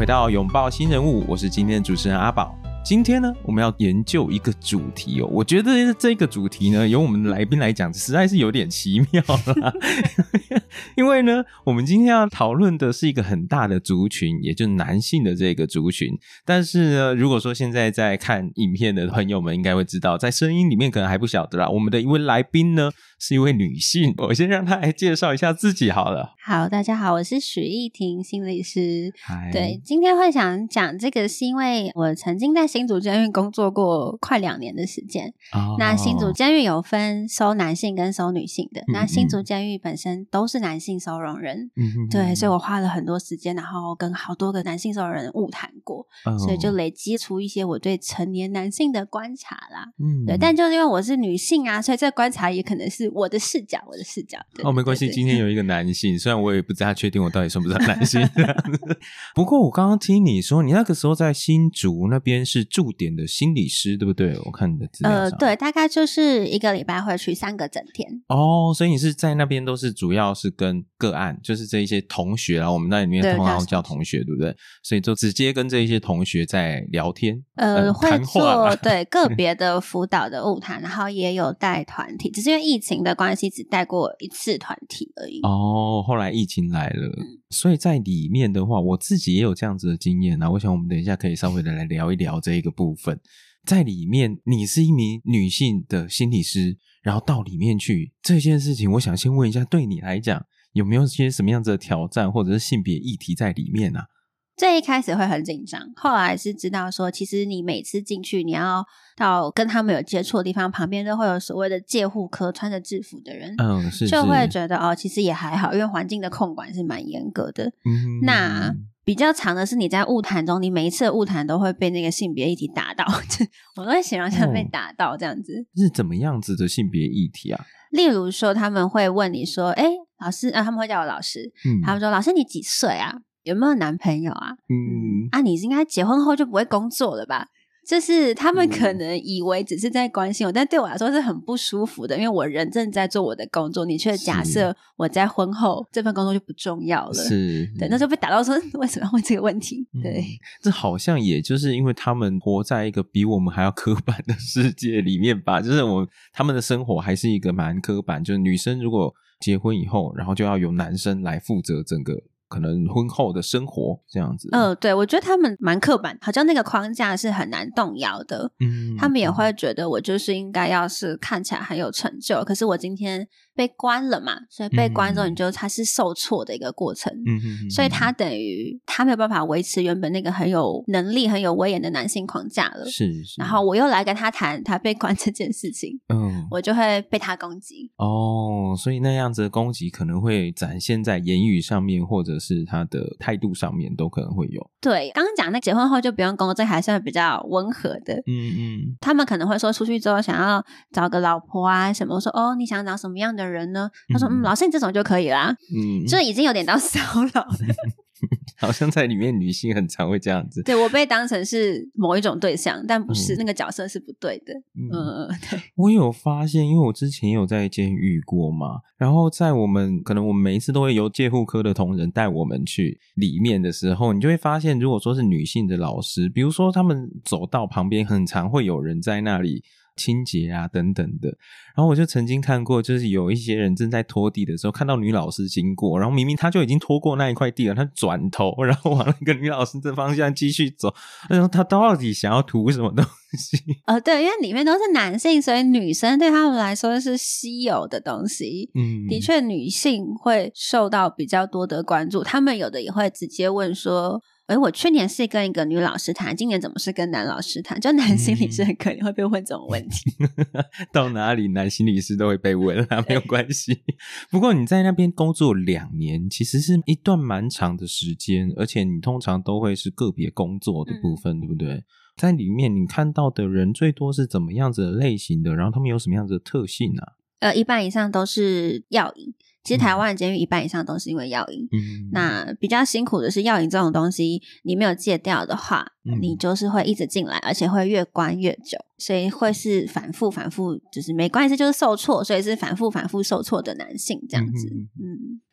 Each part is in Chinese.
回到拥抱新人物，我是今天的主持人阿宝。今天呢，我们要研究一个主题哦。我觉得这个主题呢，由我们的来宾来讲，实在是有点奇妙啦。因为呢，我们今天要讨论的是一个很大的族群，也就是男性的这个族群。但是呢，如果说现在在看影片的朋友们，应该会知道，在声音里面可能还不晓得啦。我们的一位来宾呢，是一位女性。我先让她来介绍一下自己好了。 好，大家好，我是许艺婷心理师。 嗨， 对，今天会想讲这个，是因为我曾经在新竹监狱工作过快2年的时间。那新竹监狱有分收男性跟收女性的，那新竹监狱本身都是男性收容人。对，所以我花了很多时间，然后跟好多个男性收容人晤谈过，所以就累积出一些我对成年男性的观察啦。对，但就是因为我是女性啊，所以这个观察也可能是我的视角。对没关系，今天有一个男性，虽然我也不太确定我到底算不算男性。不过我刚刚听你说，你那个时候在新竹那边是驻点的心理师，对不对？我看你的资料上。 对，大概就是1个礼拜会去3个整天。 所以你是在那边都是主要是跟个案，就是这一些同学啊，我们那里面通常叫同学，对不对？所以就直接跟这一些同学在聊天， 会做对个别的辅导的晤谈，然后也有带团体，只是因为疫情的关系，只带过1次团体而已。 后来疫情来了，所以在里面的话，我自己也有这样子的经验啊。我想我们等一下可以稍微的来聊一聊这一个部分。在里面，你是一名女性的心理师，然后到里面去这件事情，我想先问一下，对你来讲有没有些什么样子的挑战，或者是性别议题在里面啊？ 最一开始会很紧张，后来是知道说，其实你每次进去，你要到跟他们有接触的地方，旁边都会有所谓的戒护科穿着制服的人， 是就会觉得其实也还好，因为环境的控管是蛮严格的。那比较长的是你在晤谈中，你每一次的晤谈都会被那个性别议题打到，我都会形容像被打到这样子。 是怎么样子的性别议题啊？ 例如说，他们会问你说：“老师，他们会叫我老师，他们说老师你几岁啊？有没有男朋友啊？你应该结婚后就不会工作了吧？”就是他们可能以为只是在关心我，但对我来说是很不舒服的，因为我人正在做我的工作，你却假设我在婚后这份工作就不重要了。 是， 对，那就被打到说为什么要问这个问题？对， 这好像也就是因为他们活在一个比我们还要刻板的世界里面吧，就是他们的生活还是一个蛮刻板，就是女生如果结婚以后，然后就要由男生来负责整个可能婚后的生活这样子。 对，我觉得他们蛮刻板，好像那个框架是很难动摇的。他们也会觉得我就是应该要是看起来很有成就，可是我今天被关了嘛，所以被关之后他是受挫的一个过程。所以他等于他没有办法维持原本那个很有能力很有威严的男性框架了。 是， 然后我又来跟他谈他被关这件事情，我就会被他攻击。 所以那样子的攻击可能会展现在言语上面，或者是他的态度上面都可能会有。 对，刚刚讲那结婚后就不用工作，这还算比较温和的。他们可能会说出去之后想要找个老婆啊什么，我说你想找什么样的人呢？他说老师你这种就可以啦。这已经有点到骚扰了。 好像在里面女性很常会这样子。 对，我被当成是某一种对象，但不是，那个角色是不对的。对。 我有发现，因为我之前也有在监狱过嘛，然后在可能我们每一次都会由戒护科的同仁带我们去里面的时候，你就会发现，如果说是女性的老师，比如说他们走到旁边，很常会有人在那里清洁啊等等的。然后我就曾经看过，就是有一些人正在拖地的时候，看到女老师经过，然后明明他就已经拖过那一块地了，他转头然后往那个女老师的方向继续走，然后他到底想要图什么东西？ 对，因为里面都是男性，所以女生对他们来说是稀有的东西。的确女性会受到比较多的关注，他们有的也会直接问说我去年是跟一个女老师谈，今年怎么是跟男老师谈？就男心理师很可能会被问这种问题。 到哪里男心理师都会被问没有关系。不过你在那边工作2年，其实是一段蛮长的时间，而且你通常都会是个别工作的部分，对不对？在里面你看到的人最多是怎么样子的类型的，然后他们有什么样子的特性啊？ 一半以上都是药瘾。其实台湾的监狱一半以上都是因为药瘾。那比较辛苦的是药瘾这种东西，你没有戒掉的话，你就是会一直进来，而且会越关越久，所以会是反复，就是没关系，就是受挫，所以是反复受挫的男性这样子。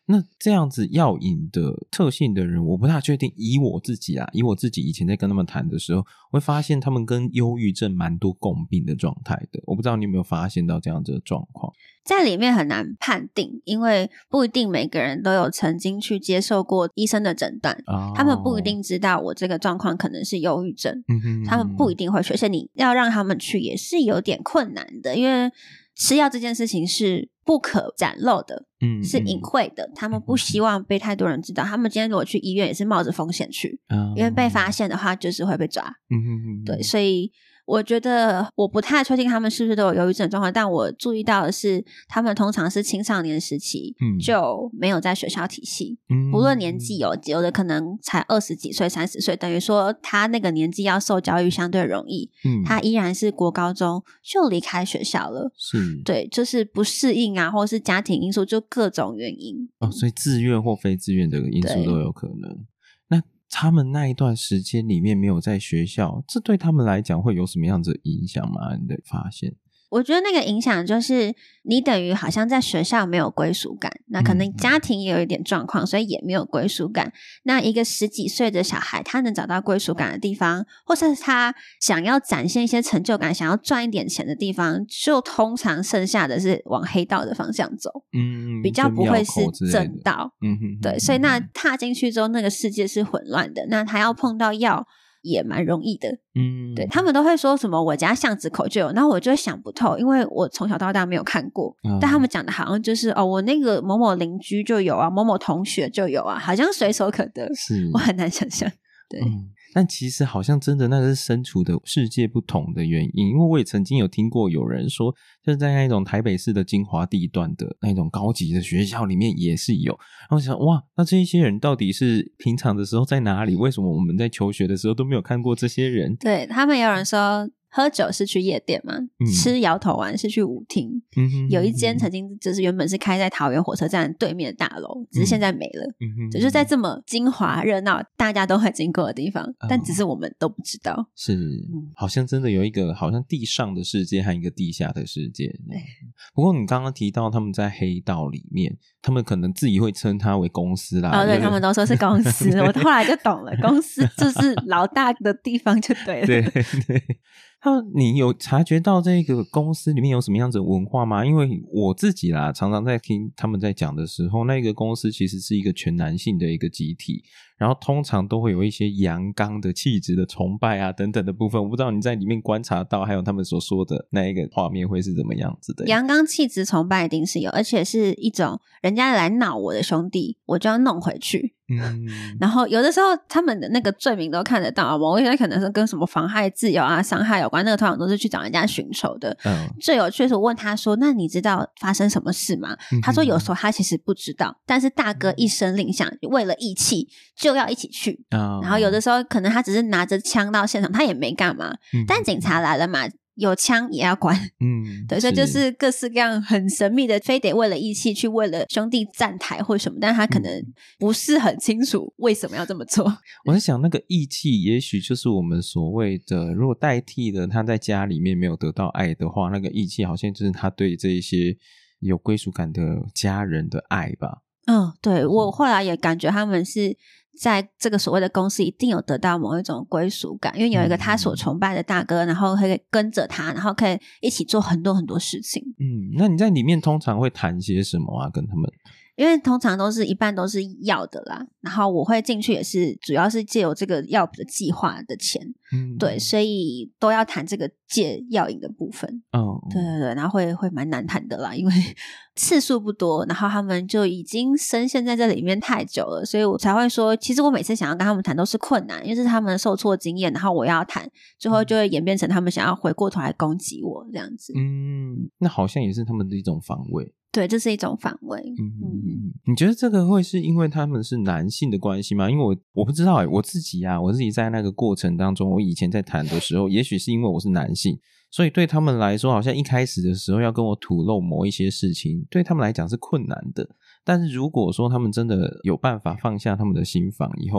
那这样子药瘾的特性的人，我不大确定，以我自己以前在跟他们谈的时候，我会发现他们跟忧郁症蛮多共病的状态的，我不知道你有没有发现到这样子的状况。 在里面很难判定，因为不一定每个人都有曾经去接受过医生的诊断，他们不一定知道我这个状况可能是忧郁症，他们不一定会去，而且你要让他们去也是有点困难的，因为吃药这件事情是不可展露的，是隐晦的，他们不希望被太多人知道，他们今天如果去医院也是冒着风险去，因为被发现的话就是会被抓，对，所以我觉得我不太确定他们是不是都有忧郁症状况，但我注意到的是他们通常是青少年时期就没有在学校体系，不论年纪有的可能才20几岁30岁，等于说他那个年纪要受教育相对容易，他依然是国高中就离开学校了，是，对，就是不适应啊，或是家庭因素，就各种原因所以自愿或非自愿的因素都有可能。那他们那一段时间里面没有在学校，这对他们来讲会有什么样子的影响吗？你的发现？ 我觉得那个影响就是你等于好像在学校没有归属感，那可能家庭也有一点状况，所以也没有归属感。那一个10几岁的小孩，他能找到归属感的地方，或是他想要展现一些成就感，想要赚一点钱的地方，就通常剩下的是往黑道的方向走，比较不会是正道。对，所以那踏进去之后，那个世界是混乱的，那他要碰到药也蛮容易的，对，他们都会说什么我家巷子口就有，然后我就想不透，因为我从小到大没有看过，但他们讲的好像就是我那个某某邻居就有啊，某某同学就有啊，好像随手可得，是我很难想象，对。 但其实好像真的那是身处的世界不同的原因，因为我也曾经有听过有人说，就是在那种台北市的精华地段的那种高级的学校里面也是有，然后想哇，那这些人到底是平常的时候在哪里？为什么我们在求学的时候都没有看过这些人？ 对，他们有人说喝酒是去夜店嘛，吃摇头丸是去舞厅，有一间曾经就是原本是开在桃园火车站对面的大楼，只是现在没了，就是在这么精华热闹大家都会经过的地方，但只是我们都不知道， 是好像真的有一个好像地上的世界和一个地下的世界。不过你刚刚提到他们在黑道里面，他们可能自己会称它为公司啦， 对，他们都说是公司我后来就懂了，公司就是老大的地方就对了， 对对。你有察觉到这个公司里面有什么样子的文化吗？因为我自己啦，常常在听他们在讲的时候，那个公司其实是一个全男性的一个集体，然后通常都会有一些阳刚的气质的崇拜啊等等的部分，我不知道你在里面观察到还有他们所说的那一个画面会是怎么样子的。 阳刚气质崇拜一定是有，而且是一种人家来闹我的兄弟我就要弄回去，然后有的时候他们的那个罪名都看得到，某一些可能是跟什么妨害自由啊伤害有关，那个通常都是去找人家寻仇的。最有趣的是我问他说那你知道发生什么事吗？他说有时候他其实不知道，但是大哥一声令下为了义气就要一起去，然后有的时候可能他只是拿着枪到现场，他也没干嘛，但警察来了嘛，有枪也要管，对，所以就是各式各样很神秘的，非得为了义气去为了兄弟站台或什么，但他可能不是很清楚为什么要这么做。 我在想那个义气也许就是我们所谓的，如果代替了他在家里面没有得到爱的话，那个义气好像就是他对这一些有归属感的家人的爱吧。 对，我后来也感觉他们是在这个所谓的公司一定有得到某一种归属感，因为有一个他所崇拜的大哥，然后可以跟着他，然后可以一起做很多很多事情。 那你在里面通常会谈些什么啊？跟他们？ 因为通常一般都是要的啦，然后我会进去也是主要是借由这个药的计划的钱，对，所以都要谈这个借药瘾的部分。对对对，然后会蛮难谈的啦，因为次数不多，然后他们就已经深陷在这里面太久了，所以我才会说其实我每次想要跟他们谈都是困难，因为是他们的受挫经验，然后我要谈最后就会演变成他们想要回过头来攻击我这样子。 那好像也是他们的一种防卫。 对，这是一种防卫。 你觉得这个会是因为他们是男性的关系吗？因为我不知道我自己在那个过程当中，我以前在谈的时候，也许是因为我是男性，所以对他们来说好像一开始的时候要跟我吐露某一些事情对他们来讲是困难的，但是如果说他们真的有办法放下他们的心防以后，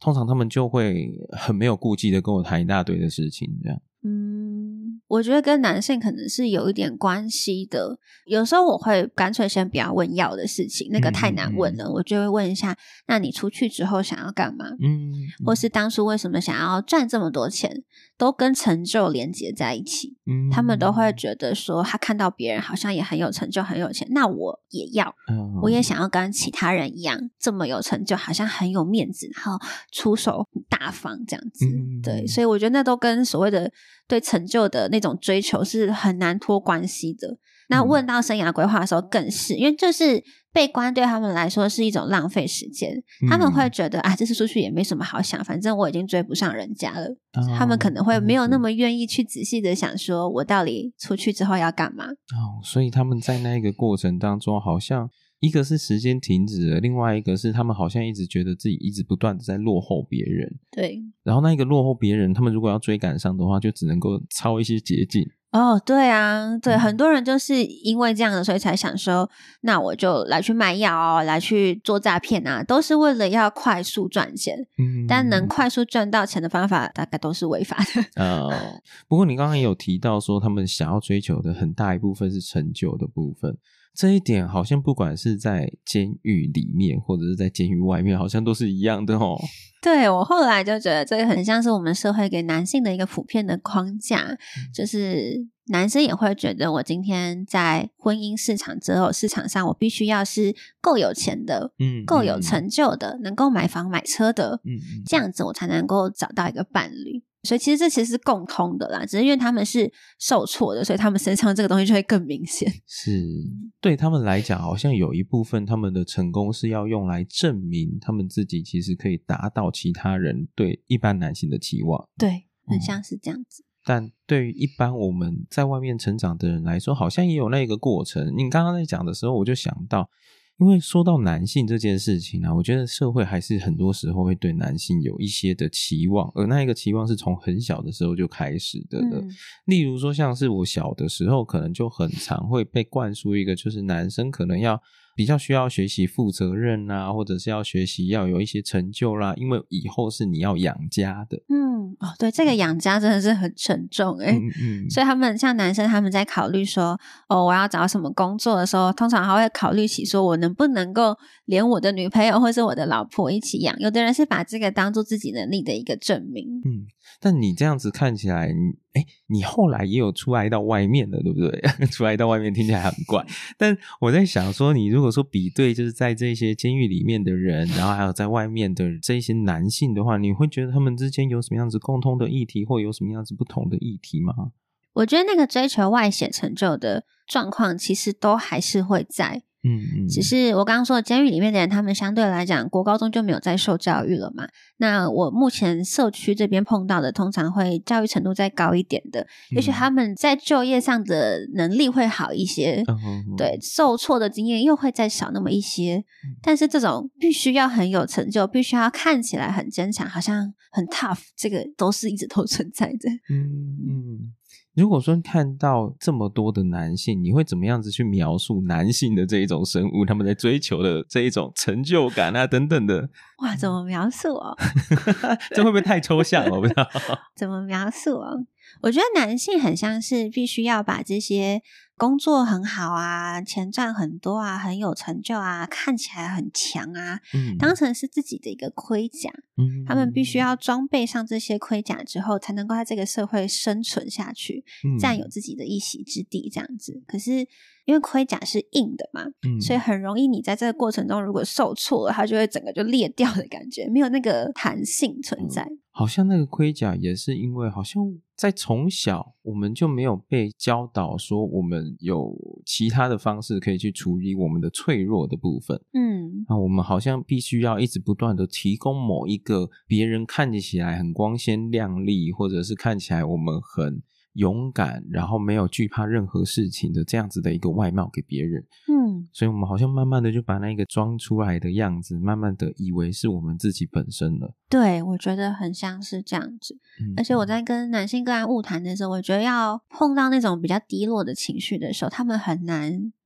通常他们就会很没有顾忌的跟我谈一大堆的事情这样。 我觉得跟男性可能是有一点关系的，有时候我会干脆先不要问要的事情，那个太难问了，我就会问一下，那你出去之后想要干嘛？或是当初为什么想要赚这么多钱，都跟成就连结在一起。他们都会觉得说他看到别人好像也很有成就很有钱，那我也要，我也想要跟其他人一样这么有成就，好像很有面子，然后出手很大方这样子。对，所以我觉得那都跟所谓的对成就的那种追求是很难脱关系的。那问到生涯规划的时候更是，因为就是被关对他们来说是一种浪费时间，他们会觉得这次出去也没什么好想，反正我已经追不上人家了，他们可能会没有那么愿意去仔细的想说我到底出去之后要干嘛。 所以他们在那个过程当中好像一个是时间停止了，另外一个是他们好像一直觉得自己一直不断的在落后别人。 对， 然后那个落后别人，他们如果要追赶上的话，就只能够抄一些捷径。 对啊，对，很多人就是因为这样的，所以才想说，那我就来去卖药来去做诈骗啊，都是为了要快速赚钱。但能快速赚到钱的方法，大概都是违法的。 不过你刚刚也有提到说，他们想要追求的很大一部分是成就的部分。这一点好像不管是在监狱里面或者是在监狱外面，好像都是一样的哦。 对，我后来就觉得这个很像是我们社会给男性的一个普遍的框架，就是男生也会觉得我今天在婚姻市场择偶市场上，我必须要是够有钱的，够有成就的，能够买房买车的，这样子我才能够找到一个伴侣。所以其实这其实是共通的啦，只是因为他们是受挫的，所以他们身上这个东西就会更明显。是， 对他们来讲好像有一部分他们的成功是要用来证明他们自己其实可以达到其他人对一般男性的期望。 对，很像是这样子。 但对于一般我们在外面成长的人来说，好像也有那个过程。你刚刚在讲的时候我就想到，因为说到男性这件事情我觉得社会还是很多时候会对男性有一些的期望，而那一个期望是从很小的时候就开始的例如说像是我小的时候可能就很常会被灌输一个，就是男生可能要比较需要学习负责任或者是要学习要有一些成就啦，因为以后是你要养家的。 对，这个养家真的是很沉重所以他们像男生他们在考虑说我要找什么工作的时候，通常还会考虑起说我能不能够连我的女朋友或是我的老婆一起养，有的人是把这个当做自己能力的一个证明。 但你这样子看起来你后来也有出来到外面的对不对？出来到外面听起来很怪，但我在想说你如果说比对就是在这些监狱里面的人，然后还有在外面的这些男性的话，你会觉得他们之间有什么样子共通的议题，或有什么样子不同的议题吗？ 我觉得那个追求外显成就的状况其实都还是会在，只是我刚刚说的监狱里面的人，他们相对来讲国高中就没有再受教育了嘛。那我目前社区这边碰到的通常会教育程度再高一点的，也许他们在就业上的能力会好一些，对，受挫的经验又会再少那么一些，但是这种必须要很有成就，必须要看起来很坚强，好像很 tough， 这个都是一直都存在的。 如果说看到这么多的男性，你会怎么样子去描述男性的这一种生物，他们在追求的这一种成就感等等的？ 哇，怎么描述这会不会太抽象了？我不知道怎么描述我觉得男性很像是必须要把这些工作很好钱赚很多很有成就看起来很强当成是自己的一个盔甲。他们必须要装备上这些盔甲之后，才能够在这个社会生存下去，占有自己的一席之地这样子。可是因为盔甲是硬的嘛，所以很容易你在这个过程中如果受挫了，它就会整个就裂掉的感觉，没有那个弹性存在。 好像那个盔甲也是因为好像在从小我们就没有被教导说我们有其他的方式可以去处理我们的脆弱的部分。那我们好像必须要一直不断的提供某一个别人看起来很光鲜亮丽，或者是看起来我们很勇敢，然后没有惧怕任何事情的这样子的一个外貌给别人。所以我们好像慢慢的就把那个装出来的样子慢慢的以为是我们自己本身了。 对，我觉得很像是这样子。而且我在跟男性个案晤谈的时候，我觉得要碰到那种比较低落的情绪的时候，他们很难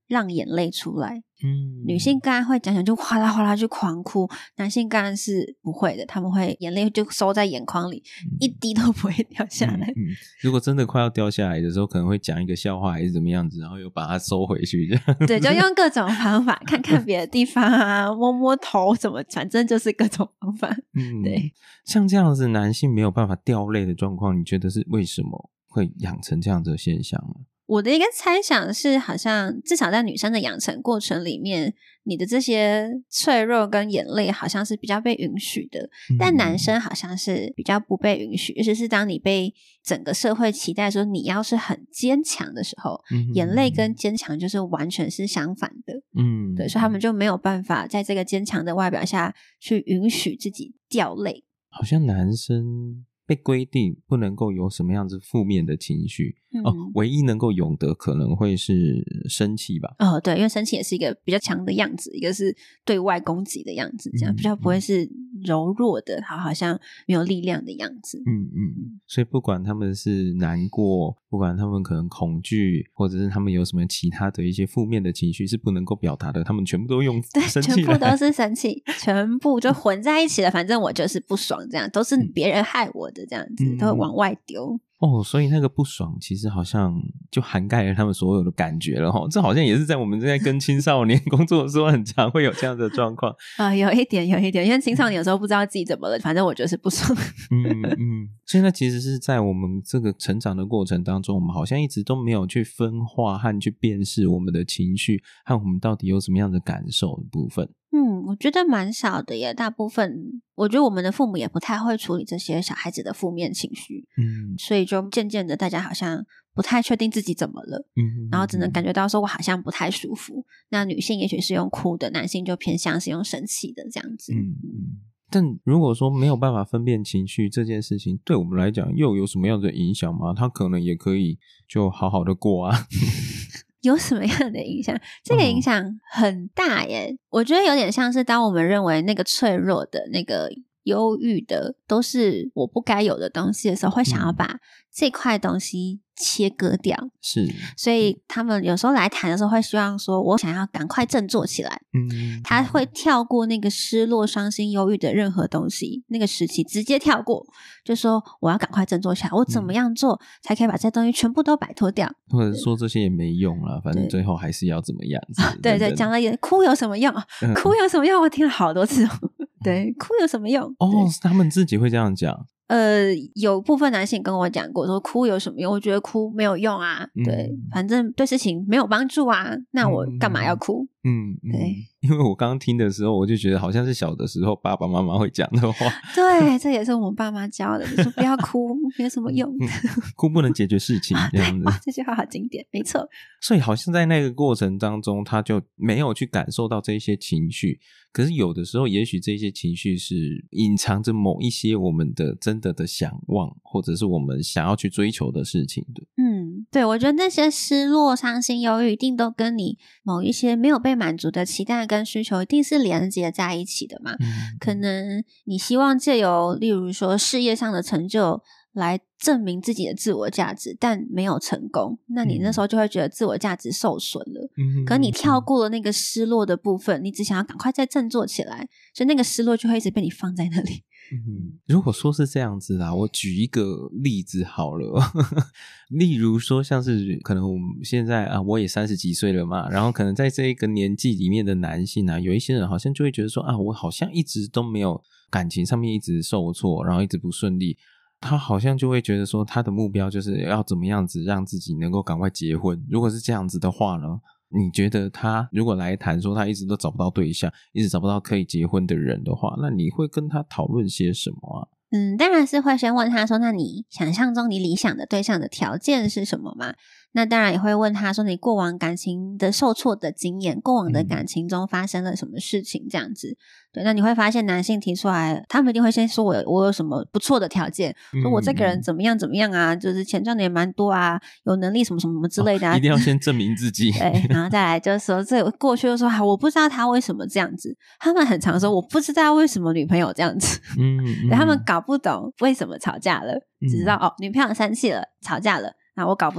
让眼泪出来。女性个案会讲就哗啦哗啦就狂哭，男性个案是不会的，他们会眼泪就收在眼眶里，一滴都不会掉下来。 如果真的快要掉下来的时候，可能会讲一个笑话还是怎么样子，然后又把它收回去这样。 对，就用各种方法，看看别的地方啊，摸摸头什么，反正就是各种方法。对， 像这样子男性没有办法掉泪的状况，你觉得是为什么会养成这样子的现象呢？ 我的一个猜想是，好像至少在女生的养成过程里面，你的这些脆弱跟眼泪好像是比较被允许的，但男生好像是比较不被允许，尤其是当你被整个社会期待说你要是很坚强的时候，眼泪跟坚强就是完全是相反的。对，所以他们就没有办法在这个坚强的外表下去允许自己掉泪。 好像男生被规定不能够有什么样子负面的情绪，唯一能够有的可能会是生气吧。 对，因为生气也是一个比较强的样子，一个是对外攻击的样子，这样比较不会是柔弱的，好像没有力量的样子。 所以不管他们是难过，不管他们可能恐惧，或者是他们有什么其他的一些负面的情绪是不能够表达的，他们全部都用生气来， 全部都是生气，全部就混在一起了。反正我就是不爽，这样都是别人害我的，这样子都会往外丢。 所以那个不爽其实好像就涵盖了他们所有的感觉了齁。这好像也是在我们在跟青少年工作的时候很常会有这样的状况。 有一点，因为青少年有时候不知道自己怎么了，反正我就是不爽。 所以那其实是在我们这个成长的过程当中，我们好像一直都没有去分化和去辨识我们的情绪和我们到底有什么样的感受的部分。 我觉得蛮少的耶，大部分我觉得我们的父母也不太会处理这些小孩子的负面情绪，所以就渐渐的大家好像不太确定自己怎么了，然后只能感觉到说我好像不太舒服。那女性也许是用哭的，男性就偏向是用生气的这样子。 但如果说没有办法分辨情绪这件事情，对我们来讲又有什么样的影响吗？他可能也可以就好好的过啊。 有什么样的影响？这个影响很大耶。我觉得有点像是当我们认为那个脆弱的那个忧郁的都是我不该有的东西的时候，会想要把这块东西切割掉。 是， 所以他们有时候来谈的时候会希望说我想要赶快振作起来。他会跳过那个失落伤心忧郁的任何东西，那个时期直接跳过，就说我要赶快振作起来，我怎么样做才可以把这些东西全部都摆脱掉， 或者说这些也没用了，反正最后还是要怎么样子。 对，讲了也哭有什么用？哭有什么用？我听了好多次。对，哭有什么用？ 他们自己会这样讲。 有部分男性跟我讲过说哭有什么用，我觉得哭没有用啊，对，反正对事情没有帮助啊，那我干嘛要哭？对， 因为我刚刚听的时候我就觉得好像是小的时候爸爸妈妈会讲的话。 对，这也是我们爸妈教的，就说不要哭没有什么用。 哭不能解决事情这样子。 这句话好经典，没错。 所以好像在那个过程当中他就没有去感受到这些情绪，可是有的时候也许这些情绪是隐藏着某一些我们的真的想望，或者是我们想要去追求的事情的。 对，我觉得那些失落伤心忧郁一定都跟你某一些没有被满足的期待跟需求一定是连接在一起的嘛。可能你希望借由例如说事业上的成就来证明自己的自我价值，但没有成功，那你那时候就会觉得自我价值受损了。可你跳过了那个失落的部分，你只想要赶快再振作起来，所以那个失落就会一直被你放在那里。 如果说是这样子啦，我举一个例子好了。例如说像是可能我们现在我也30几岁了嘛，然后可能在这一个年纪里面的男性有一些人好像就会觉得说我好像一直都没有感情上面一直受挫，然后一直不顺利，他好像就会觉得说他的目标就是要怎么样子让自己能够赶快结婚。如果是这样子的话呢，你觉得他如果来谈说他一直都找不到对象，一直找不到可以结婚的人的话，那你会跟他讨论些什么啊？ 当然是会先问他说那你想象中你理想的对象的条件是什么嘛？那当然也会问他说你过往感情的受挫的经验，过往的感情中发生了什么事情这样子。对，那你会发现男性提出来他们一定会先说我有什么不错的条件，说我这个人怎么样怎么样啊，就是钱赚的也蛮多啊，有能力什么什么之类的一定要先证明自己。 对，然后再来就是说这过去就说我不知道他为什么这样子，他们很常说我不知道为什么女朋友这样子。他们搞不懂为什么吵架了，只知道女朋友生气了吵架了，那我搞不定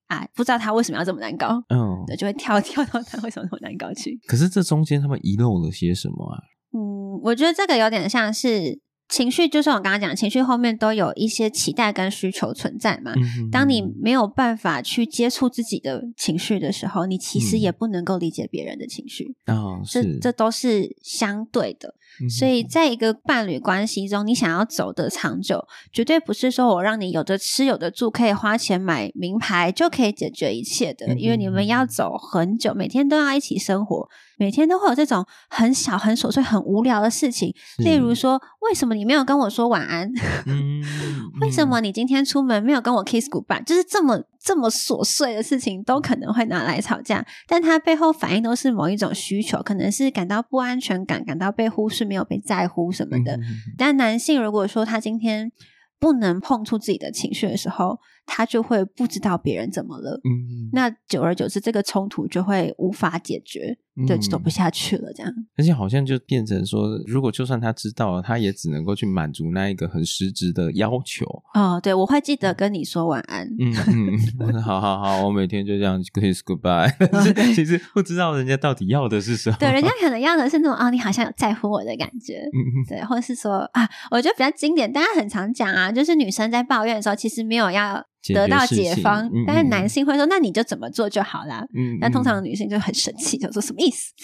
不知道他为什么要这么难搞，对，就会跳到他为什么这么难搞去。 可是这中间他们遗漏了些什么啊？ 我觉得这个有点像是情绪，就是我刚刚讲情绪后面都有一些期待跟需求存在嘛。当你没有办法去接触自己的情绪的时候，你其实也不能够理解别人的情绪。这都是相对的。所以在一个伴侣关系中，你想要走得长久，绝对不是说我让你有的吃有的住，可以花钱买名牌就可以解决一切的。因为你们要走很久，每天都要一起生活，每天都会有这种很小很琐碎很无聊的事情，例如说为什么你没有跟我说晚安为什么你今天出门没有跟我 kiss goodbye， 就是这么琐碎的事情都可能会拿来吵架，但它背后反映都是某一种需求，可能是感到不安全感，感到被忽视，没有被在乎什么的。但男性如果说他今天不能碰触自己的情绪的时候，他就会不知道别人怎么了。那久而久之这个冲突就会无法解决，对，就走不下去了这样。 而且好像就变成说，如果就算他知道了，他也只能够去满足那一个很实质的要求。 对，我会记得跟你说晚安。 好，我每天就这样 kiss goodbye 其实不知道人家到底要的是什么。 对，人家可能要的是那种你好像有在乎我的感觉。对，或是说我觉得比较经典大家很常讲就是女生在抱怨的时候其实没有要得到解放，但是男性会说那你就怎么做就好啦。但通常女性就很生气，就说什么意思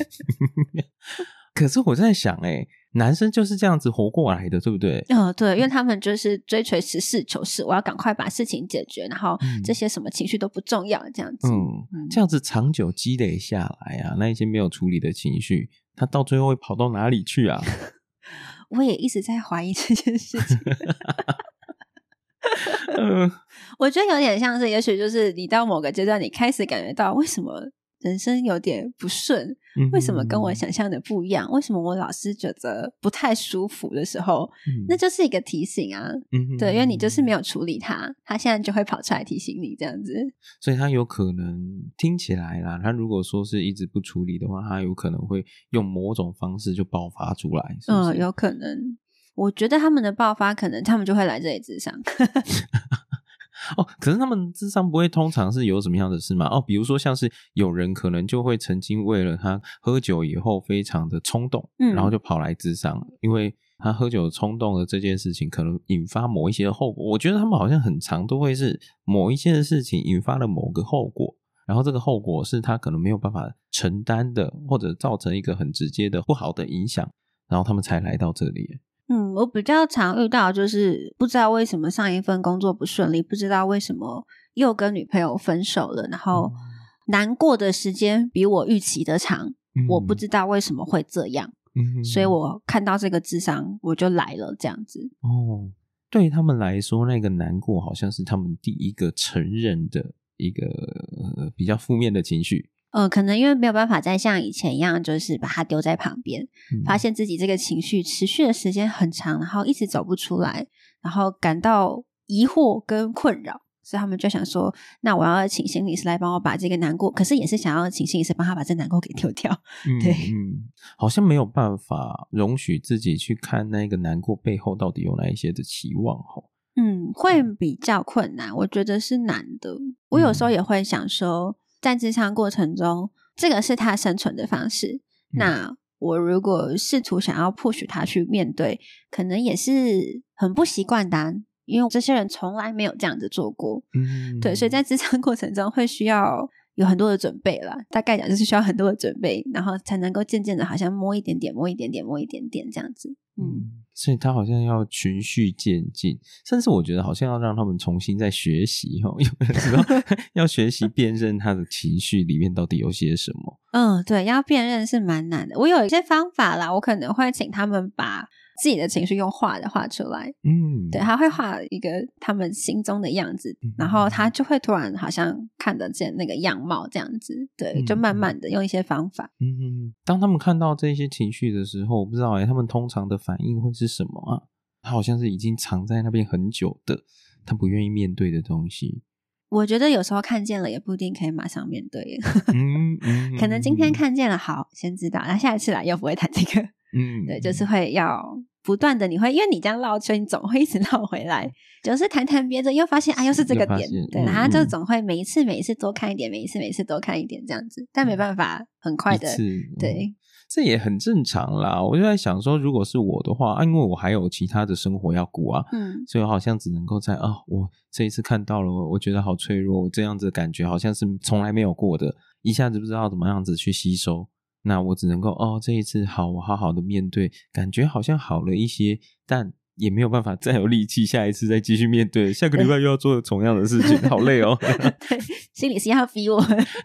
可是我在想男生就是这样子活过来的，对不对？ 对，因为他们就是追随实事求是，我要赶快把事情解决，然后这些什么情绪都不重要这样子。 这样子长久积累下来那一些没有处理的情绪，它到最后会跑到哪里去啊？ 我也一直在怀疑这件事情我觉得有点像是也许就是你到某个阶段你开始感觉到为什么人生有点不顺，为什么跟我想象的不一样，为什么我老是觉得不太舒服的时候，那就是一个提醒啊。对，因为你就是没有处理它，它现在就会跑出来提醒你这样子。 所以他有可能听起来啦，他如果说是一直不处理的话，他有可能会用某种方式就爆发出来，是不是？ 有可能。我觉得他们的爆发可能他们就会来这里咨商可是他们諮商不会通常是有什么样的事吗？比如说像是有人可能就会曾经为了他喝酒以后非常的冲动，然后就跑来諮商，因为他喝酒冲动的这件事情可能引发某一些的后果。我觉得他们好像很常都会是某一些的事情引发了某个后果，然后这个后果是他可能没有办法承担的，或者造成一个很直接的不好的影响，然后他们才来到这里。 我比较常遇到就是不知道为什么上一份工作不顺利，不知道为什么又跟女朋友分手了，然后难过的时间比我预期的长，我不知道为什么会这样，所以我看到这个諮商我就来了这样子。 对他们来说那个难过好像是他们第一个承认的一个比较负面的情绪。 可能因为没有办法再像以前一样就是把它丢在旁边，发现自己这个情绪持续的时间很长，然后一直走不出来，然后感到疑惑跟困扰，所以他们就想说那我要请心理师来帮我把这个难过，可是也是想要请心理师帮他把这难过给丢掉。对， 好像没有办法容许自己去看那个难过背后到底有哪一些的期望。 会比较困难，我觉得是难的。我有时候也会想说在諮商过程中这个是他生存的方式，那我如果试图想要 push 他去面对，可能也是很不习惯的，因为这些人从来没有这样子做过。对，所以在諮商过程中会需要有很多的准备啦，大概讲就是需要很多的准备，然后才能够渐渐的好像摸一点点摸一点点摸一点点这样子。 所以他好像要循序渐进，甚至我觉得好像要让他们重新再学习有的时候要学习辨认他的情绪里面到底有些什么。 对，要辨认是蛮难的。我有一些方法啦，我可能会请他们把自己的情绪用画的画出来。对，他会画一个他们心中的样子，然后他就会突然好像看得见那个样貌这样子。对，就慢慢的用一些方法。 当他们看到这些情绪的时候，我不知道他们通常的反应会是什么啊？他好像是已经藏在那边很久的他不愿意面对的东西。 我觉得有时候看见了也不一定可以马上面对可能今天看见了好先知道，那下一次来又不会谈这个。对，就是会要不断的你会因为你这样绕圈，你总会一直绕回来，就是谈别的又发现又是这个点，对，然后就总会每一次多看一点，每一次多看一点这样子，但没办法很快的对。 这也很正常啦，我就在想说如果是我的话因为我还有其他的生活要顾啊，所以我好像只能够在我这一次看到了我觉得好脆弱，这样子的感觉好像是从来没有过的，一下子不知道怎么样子去吸收，那我只能够这一次我好好的面对，感觉好像好了一些，但也没有办法再有力气下一次再继续面对，下个礼拜又要做同样的事情好累哦对，心理是要逼我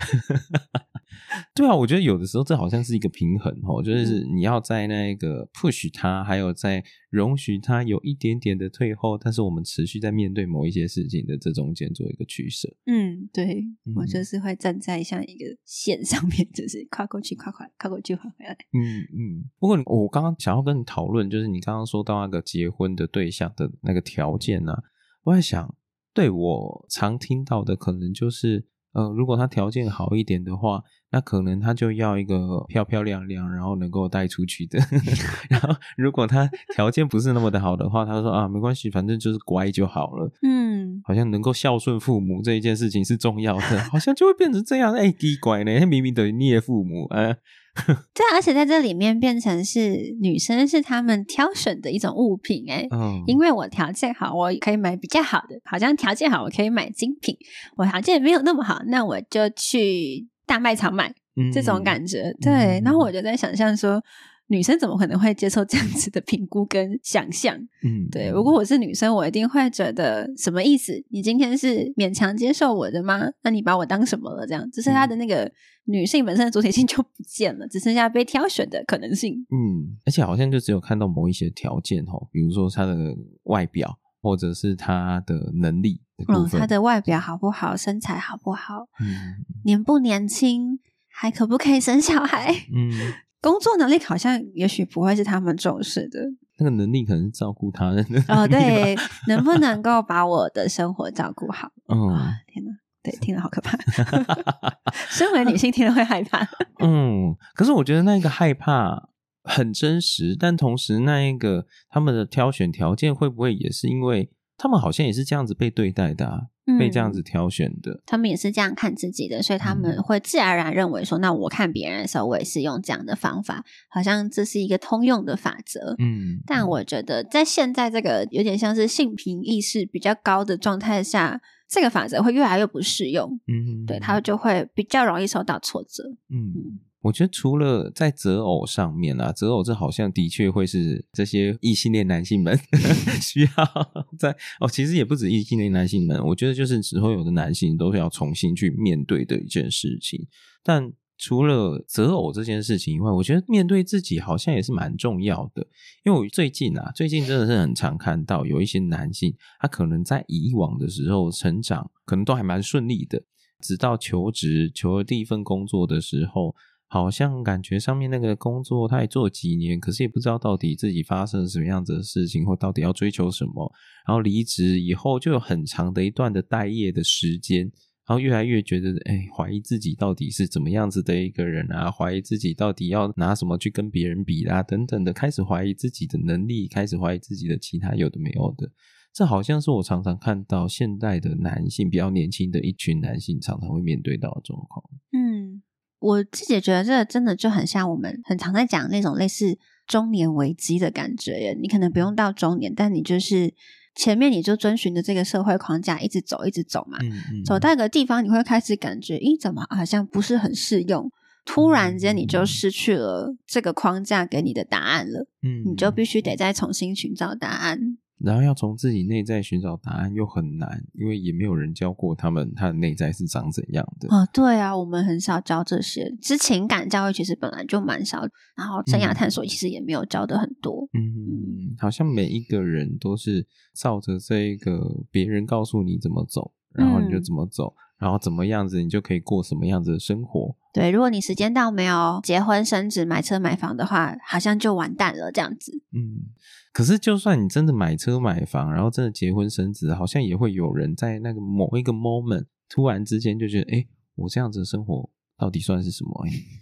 对啊，我觉得有的时候这好像是一个平衡就是你要在那个 push 它，还有在容许它有一点点的退后，但是我们持续在面对某一些事情的这中间做一个取舍。 对，我就是会站在像一个线上面，就是跨过去跨过去跨回来。 不过我刚刚想要跟你讨论，就是你刚刚说到那个结婚的对象的那个条件啊，我在想对我常听到的可能就是如果他条件好一点的话，那可能他就要一个漂漂亮亮然后能够带出去的然后如果他条件不是那么的好的话，他说没关系，反正就是乖就好了。好像能够孝顺父母这一件事情是重要的，好像就会变成这样奇怪呢，明明等于你的父母对，而且在这里面变成是女生是他们挑选的一种物品因为我条件好我可以买比较好的，好像条件好我可以买精品，我条件没有那么好那我就去大卖场买，这种感觉对，然后我就在想象说女生怎么可能会接受这样子的评估跟想象对，如果我是女生我一定会觉得什么意思，你今天是勉强接受我的吗？那你把我当什么了？这样就是她的那个女性本身的主体性就不见了，只剩下被挑选的可能性而且好像就只有看到某一些条件比如说她的外表或者是她的能力的部分她的外表好不好，身材好不好年不年轻，还可不可以生小孩工作能力好像也许不会是他们重视的， 那个能力可能是照顾他人对能不能够把我的生活照顾好天哪，对，听了好可怕身为女性听了会害怕可是我觉得那个害怕很真实，但同时那一个他们的挑选条件会不会也是因为他们好像也是这样子被对待的被这样子挑选的， 他们也是这样看自己的，所以他们会自然而然认为说那我看别人的时候我也是用这样的方法，好像这是一个通用的法则但我觉得在现在这个有点像是性平意识比较高的状态下，这个法则会越来越不适用对，他就会比较容易受到挫折我觉得除了在择偶上面择偶这好像的确会是这些异性恋男性们需要在其实也不止异性恋男性们，我觉得就是所有的男性都是要重新去面对的一件事情。但除了择偶这件事情以外，我觉得面对自己好像也是蛮重要的。因为我最近真的是很常看到有一些男性，他可能在以往的时候成长可能都还蛮顺利的，直到求职求了第一份工作的时候，好像感觉上面那个工作他也做了几年，可是也不知道到底自己发生了什么样子的事情，或到底要追求什么，然后离职以后就有很长的一段的待业的时间，然后越来越觉得怀疑自己到底是怎么样子的一个人怀疑自己到底要拿什么去跟别人比等等的，开始怀疑自己的能力，开始怀疑自己的其他有的没有的。这好像是我常常看到现代的男性比较年轻的一群男性常常会面对到的状况我自己觉得这真的就很像我们很常在讲那种类似中年危机的感觉耶，你可能不用到中年，但你就是前面你就遵循着这个社会框架一直走嘛走到一个地方你会开始感觉怎么好像不是很适用，突然间你就失去了这个框架给你的答案了你就必须得再重新寻找答案， 然后要从自己内在寻找答案又很难，因为也没有人教过他们他的内在是长怎样的对啊，我们很少教这些，之情感教育其实本来就蛮少，然后生涯探索其实也没有教的很多好像每一个人都是照着这个别人告诉你怎么走，然后你就怎么走然后怎么样子你就可以过什么样子的生活。 对，如果你时间到没有结婚生子买车买房的话，好像就完蛋了这样子可是就算你真的买车买房，然后真的结婚生子，好像也会有人在那个某一个 moment 突然之间就觉得我这样子的生活到底算是什么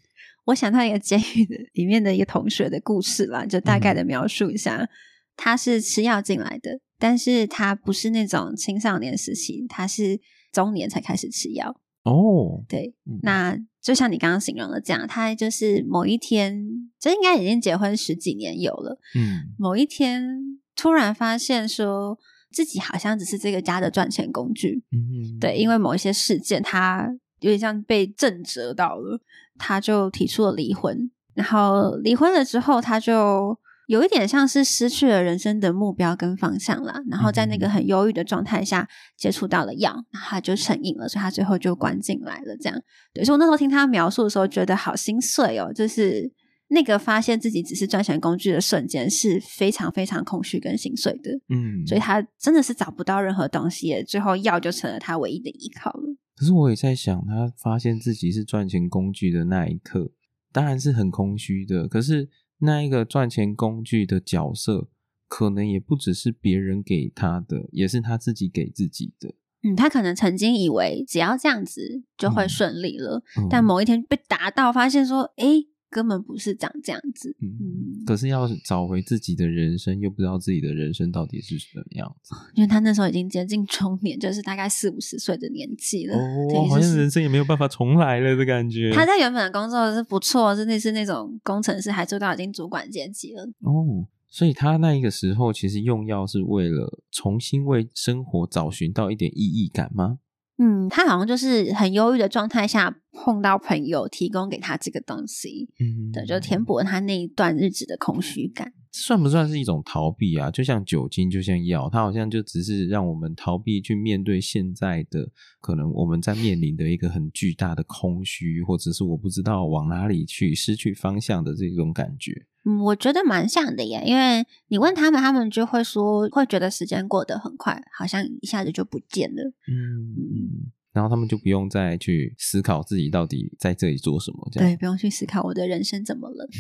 我想到一个监狱里面的一个同学的故事啦，就大概的描述一下。他是吃药进来的，但是他不是那种青少年时期，他是中年才开始吃药。对，那就像你刚刚形容的这样，他就是某一天，就应该已经结婚10几年有了，某一天突然发现说自己好像只是这个家的赚钱工具。对，因为某一些事件他有点像被震折到了，他就提出了离婚。然后离婚了之后，他就有一点像是失去了人生的目标跟方向啦，然后在那个很忧郁的状态下接触到了药，然后他就成瘾了，所以他最后就关进来了这样。对，所以我那时候听他描述的时候觉得好心碎哦，就是那个发现自己只是赚钱工具的瞬间是非常非常空虚跟心碎的。所以他真的是找不到任何东西，最后药就成了他唯一的依靠了。 可是我也在想，他发现自己是赚钱工具的那一刻当然是很空虚的，可是那一个赚钱工具的角色可能也不只是别人给他的，也是他自己给自己的。 他可能曾经以为只要这样子就会顺利了，但某一天被打到发现说根本不是长这样子。 可是要找回自己的人生，又不知道自己的人生到底是什么样子。 因为他那时候已经接近中年，就是大概40-50岁的年纪了。 好像人生也没有办法重来了的感觉。 他在原本的工作是不错，是那种工程师，还做到已经主管阶级了。 所以他那一个时候其实用药是为了重新为生活找寻到一点意义感吗？ 他好像就是很忧郁的状态下碰到朋友提供给他这个东西，对，就填补了他那一段日子的空虚感。 算不算是一种逃避啊？就像酒精，就像药，它好像就只是让我们逃避去面对现在的可能我们在面临的一个很巨大的空虚，或者是我不知道往哪里去，失去方向的这种感觉。 我觉得蛮像的耶，因为你问他们，他们就会说会觉得时间过得很快，好像一下子就不见了。 然后他们就不用再去思考自己到底在这里做什么，这样。 对，不用去思考我的人生怎么了。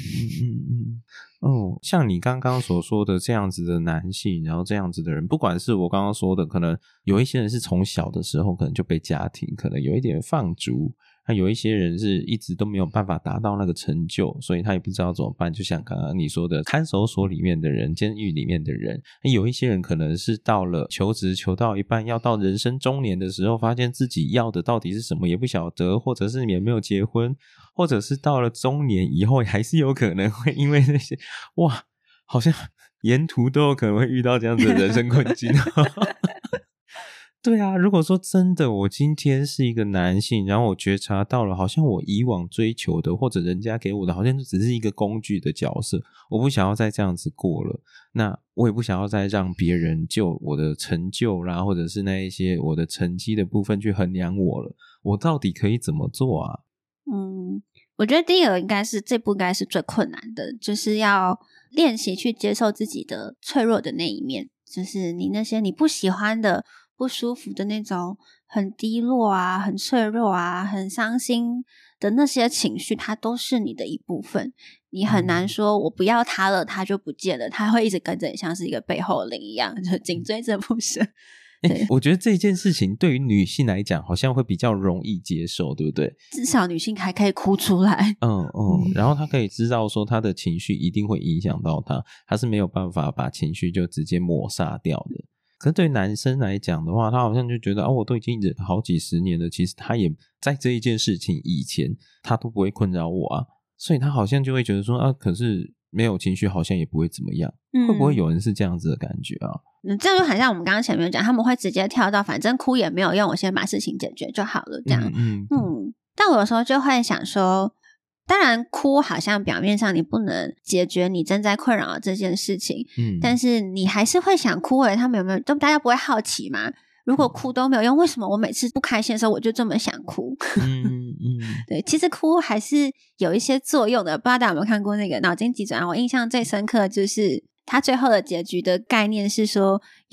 像你刚刚所说的这样子的男性，然后这样子的人，不管是我刚刚说的，可能有一些人是从小的时候可能就被家庭可能有一点放逐，那有一些人是一直都没有办法达到那个成就，所以他也不知道怎么办，就像刚刚你说的看守所里面的人，监狱里面的人，有一些人可能是到了求职求到一半，要到人生中年的时候，发现自己要的到底是什么也不晓得，或者是也没有结婚，或者是到了中年以后还是有可能会因为那些好像沿途都有可能会遇到这样子的人生困境。对啊，如果说真的我今天是一个男性，然后我觉察到了好像我以往追求的或者人家给我的好像就只是一个工具的角色，我不想要再这样子过了，那我也不想要再让别人就我的成就啦，或者是那一些我的成绩的部分去衡量我了，我到底可以怎么做啊？ 我觉得第一个这步应该是最困难的，就是要练习去接受自己的脆弱的那一面，就是你那些你不喜欢的不舒服的那种很低落啊，很脆弱啊，很伤心的那些情绪，它都是你的一部分，你很难说我不要它了它就不见了，它会一直跟着你，像是一个背后灵一样，就紧追着不舍。 我觉得这件事情对于女性来讲好像会比较容易接受，对不对？ 至少女性还可以哭出来。 然后她可以知道说她的情绪一定会影响到她是没有办法把情绪就直接抹杀掉的。可是对男生来讲的话，他好像就觉得我都已经忍好几十年了，其实他也在这一件事情以前他都不会困扰我啊，所以他好像就会觉得说可是没有情绪好像也不会怎么样。会不会有人是这样子的感觉啊？ 这样就很像我们刚刚前面讲，他们会直接跳到反正哭也没有用，我先把事情解决就好了这样。但我有时候就会想说，当然哭好像表面上你不能解决你正在困扰的这件事情，但是你还是会想哭他们有没有，大家不会好奇吗？如果哭都没有用，为什么我每次不开心的时候我就这么想哭？对，其实哭还是有一些作用的。不知道大家有没有看过那个脑筋急转弯，我印象最深刻就是他最后的结局的概念是说，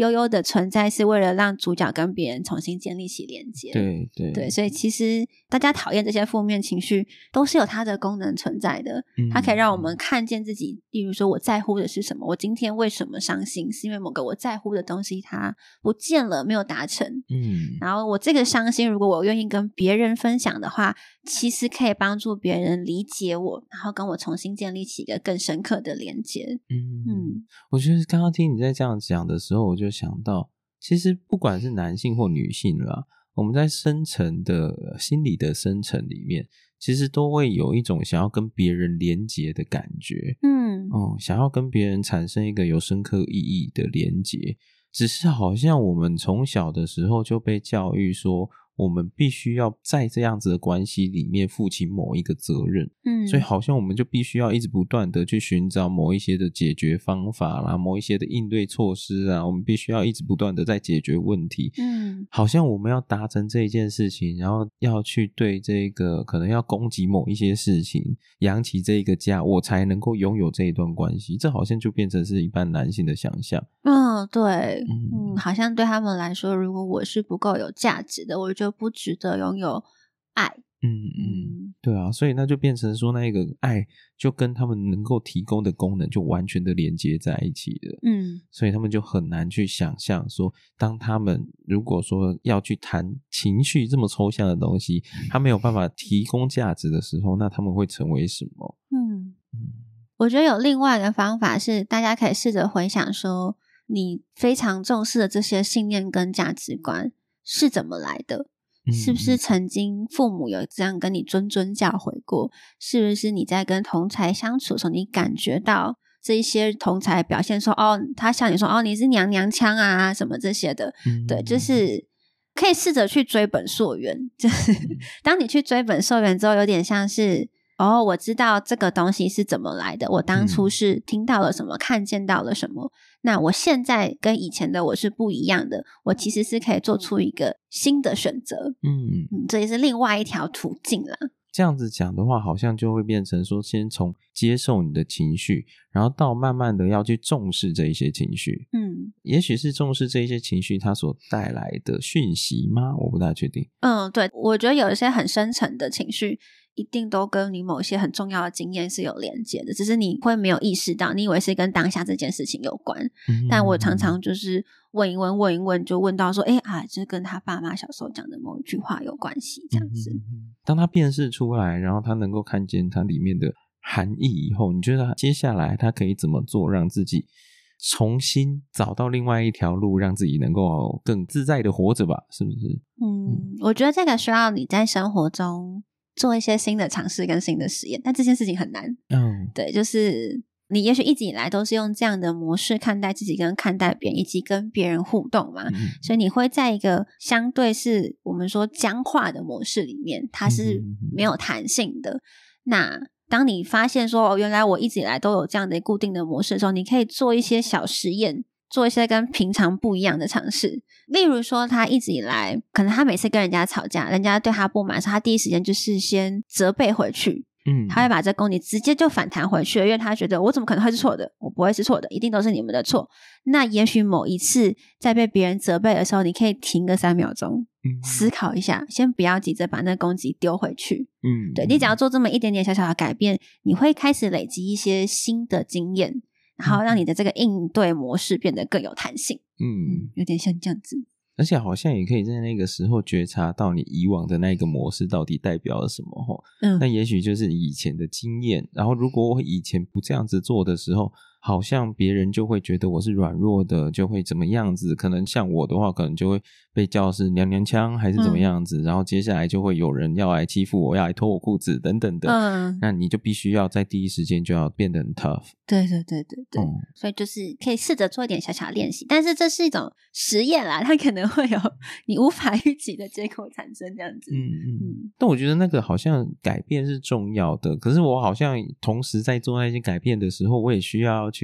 悠悠的存在是为了让主角跟别人重新建立起连接。 对对对，所以其实大家讨厌这些负面情绪都是有它的功能存在的，它可以让我们看见自己，例如说我在乎的是什么，我今天为什么伤心，是因为某个我在乎的东西它不见了，没有达成。然后我这个伤心如果我愿意跟别人分享的话，其实可以帮助别人理解我，然后跟我重新建立起一个更深刻的连接。 我觉得刚刚听你在这样讲的时候，我就想到其实不管是男性或女性啦，我们在深层的心理的深层里面，其实都会有一种想要跟别人连结的感觉。想要跟别人产生一个有深刻意义的连结，只是好像我们从小的时候就被教育说我们必须要在这样子的关系里面负起某一个责任，所以好像我们就必须要一直不断的去寻找某一些的解决方法啦，某一些的应对措施啊，我们必须要一直不断的在解决问题。好像我们要达成这一件事情，然后要去对这个可能要攻击某一些事情，养起这一个家，我才能够拥有这一段关系，这好像就变成是一般男性的想象。 对，好像对他们来说，如果我是不够有价值的，我就不值得拥有爱。 对啊，所以那就变成说那个爱就跟他们能够提供的功能就完全的连接在一起了。所以他们就很难去想象说，当他们如果说要去谈情绪这么抽象的东西，他没有办法提供价值的时候，那他们会成为什么？ 我觉得有另外一个方法是，大家可以试着回想说，你非常重视的这些信念跟价值观是怎么来的？是不是曾经父母有这样跟你谆教诲过？是不是你在跟同侪相处的时候，你感觉到这一些同侪表现说，他向你说，你是娘娘腔啊什么这些的。对，就是可以试着去追本溯源，就是当你去追本溯源之后，有点像是我知道这个东西是怎么来的，我当初是听到了什么，看见到了什么，那我现在跟以前的我是不一样的，我其实是可以做出一个新的选择。这也是另外一条途径啦。 这样子讲的话，好像就会变成说，先从接受你的情绪，然后到慢慢的要去重视这一些情绪。也许是重视这一些情绪它所带来的讯息吗？我不大确定。 对，我觉得有一些很深层的情绪一定都跟你某些很重要的经验是有连接的，只是你会没有意识到，你以为是跟当下这件事情有关。但我常常就是问一问就问到说这跟他爸妈小时候讲的某一句话有关系，这样子。 当他辨识出来，然后他能够看见它里面的含义以后，你觉得接下来他可以怎么做，让自己重新找到另外一条路，让自己能够更自在的活着吧？是不是？ 我觉得这个需要你在生活中做一些新的尝试跟新的实验，但这件事情很难。对，就是你也许一直以来都是用这样的模式看待自己跟看待别人，以及跟别人互动嘛，所以你会在一个相对是我们说僵化的模式里面，它是没有弹性的。那当你发现说原来我一直以来都有这样的固定的模式的时候，你可以做一些小实验，做一些跟平常不一样的尝试。例如说他一直以来可能他每次跟人家吵架，人家对他不满的时候，他第一时间就是先责备回去，他会把这攻击直接就反弹回去了，因为他觉得我怎么可能会是错的，我不会是错的，一定都是你们的错。那也许某一次在被别人责备的时候，你可以停个3秒钟，思考一下，先不要急着把那攻击丢回去。对，你只要做这么一点点小小的改变，你会开始累积一些新的经验，然后让你的这个应对模式变得更有弹性。有点像这样子。 而且好像也可以在那个时候觉察到你以往的那个模式到底代表了什么。那也许就是以前的经验，然后如果我以前不这样子做的时候，好像别人就会觉得我是软弱的，就会怎么样子，可能像我的话可能就会被叫是娘娘腔还是怎么样子，然后接下来就会有人要来欺负我，要来脱我裤子等等的。那你就必须要在第一时间就要变得很 tough。 对，所以就是可以试着做一点小小练习，但是这是一种实验啦，它可能会有你无法预期的结果产生这样子。 但我觉得那个好像改变是重要的，可是我好像同时在做那些改变的时候，我也需要去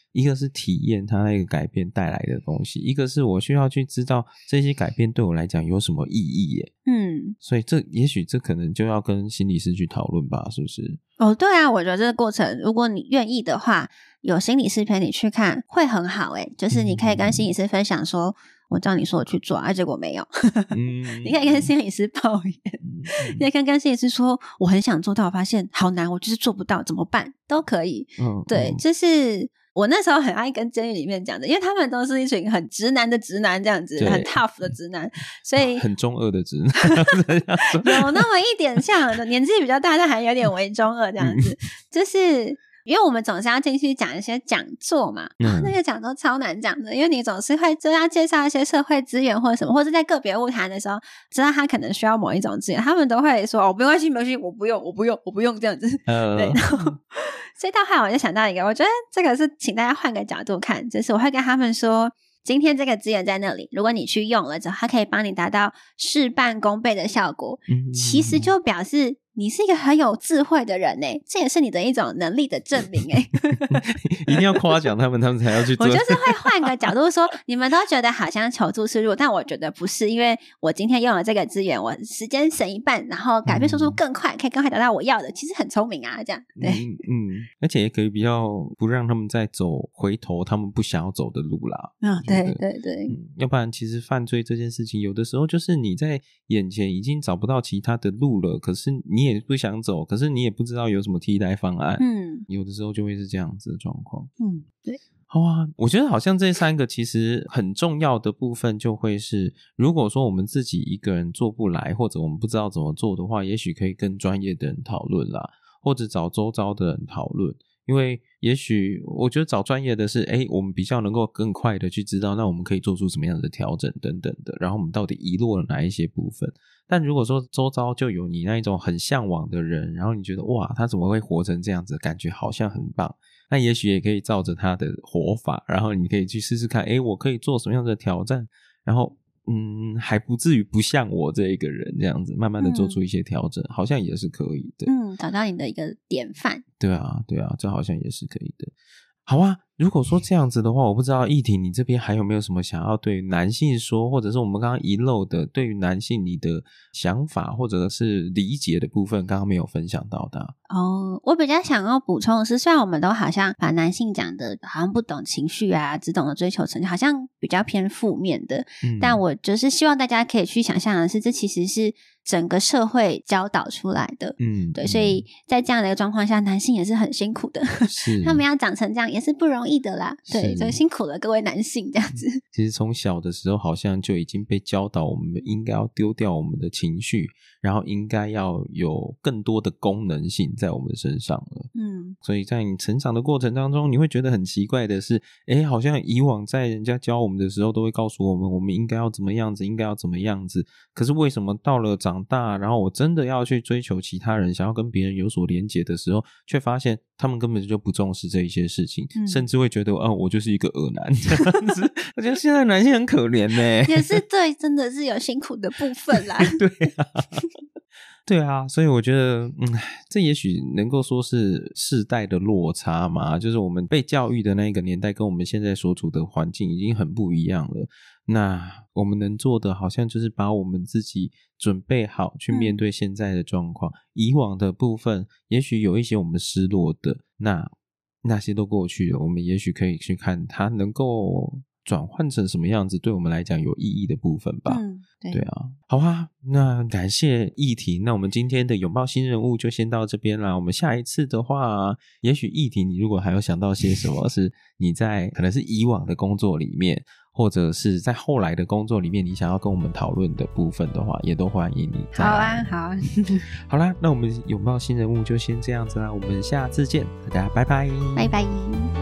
一个是体验它那个改变带来的东西，一个是我需要去知道这些改变对我来讲有什么意义耶。所以也许这可能就要跟心理师去讨论吧，是不是？ 对啊，我觉得这个过程如果你愿意的话，有心理师陪你去看会很好就是你可以跟心理师分享说我照你说我去做结果没有你可以跟心理师抱怨你可以跟心理师说我很想做到我发现好难，我就是做不到怎么办都可以对，就是我那时候很爱跟监狱里面讲的，因为他们都是一群很直男的直男这样子，很 tough 的直男，所以很中二的直男有那么一点像年纪比较大但还有点为中二这样子就是因为我们总是要进去讲一些讲座嘛那些讲座超难讲的，因为你总是会就要介绍一些社会资源或者什么，或者在个别物谈的时候知道他可能需要某一种资源，他们都会说没关系没关系，我不用这样子对，然后所以到后来我就想到一个，我觉得这个是请大家换个角度看，就是我会跟他们说今天这个资源在那里，如果你去用了之后它可以帮你达到事半功倍的效果其实就表示你是一个很有智慧的人这也是你的一种能力的证明一定要夸奖他们才要去做。 我就是会换个角度说你们都觉得好像求助是弱，但我觉得不是，因为我今天用了这个资源，我时间省一半，然后改变速度更快可以更快达到我要的，其实很聪明这样对而且也可以比较不让他们再走回头他们不想要走的路啦对对对要不然其实犯罪这件事情有的时候就是你在眼前已经找不到其他的路了，可是你也不想走，可是你也不知道有什么替代方案有的时候就会是这样子的状况对。 好啊，我觉得好像这三个其实很重要的部分就会是，如果说我们自己一个人做不来，或者我们不知道怎么做的话，也许可以跟专业的人讨论啦，或者找周遭的人讨论，因为也许我觉得找专业的是我们比较能够更快的去知道那我们可以做出什么样的调整等等的，然后我们到底遗落了哪一些部分。但如果说周遭就有你那一种很向往的人，然后你觉得哇他怎么会活成这样子，感觉好像很棒，那也许也可以照着他的活法，然后你可以去试试看我可以做什么样的挑战，然后还不至于不像我这一个人这样子，慢慢的做出一些调整好像也是可以的找到你的一个典范。 对啊这好像也是可以的。好啊，如果说这样子的话，我不知道奕婷你这边还有没有什么想要对男性说，或者是我们刚刚遗漏的对于男性你的想法或者是理解的部分刚刚没有分享到的我比较想要补充的是，虽然我们都好像把男性讲的好像不懂情绪只懂得追求成就，好像比较偏负面的但我就是希望大家可以去想象的是，这其实是整个社会教导出来的对，所以在这样的一个状况下，男性也是很辛苦的是他们要长成这样也是不容易的啦对，所以辛苦了各位男性这样子其实从小的时候好像就已经被教导我们应该要丢掉我们的情绪，然后应该要有更多的功能性在我们身上了所以在你成长的过程当中，你会觉得很奇怪的是好像以往在人家教我们的时候都会告诉我们我们应该要怎么样子应该要怎么样子，可是为什么到了长大，然后我真的要去追求其他人，想要跟别人有所连结的时候，却发现他们根本就不重视这一些事情甚至会觉得我就是一个恶男这样子我觉得现在男性很可怜也是对，真的是有辛苦的部分啦对啊所以我觉得这也许能够说是世代的落差嘛，就是我们被教育的那个年代跟我们现在所处的环境已经很不一样了，那我们能做的好像就是把我们自己准备好去面对现在的状况以往的部分也许有一些我们失落的，那些都过去了，我们也许可以去看它能够转换成什么样子对我们来讲有意义的部分吧对啊，好啊，那感谢奕婷，那我们今天的拥抱新人物就先到这边啦，我们下一次的话也许奕婷你如果还有想到些什么是你在可能是以往的工作里面或者是在后来的工作里面你想要跟我们讨论的部分的话，也都欢迎你好啊好好啦，那我们拥抱新人物就先这样子啦，我们下次见，大家拜拜拜拜。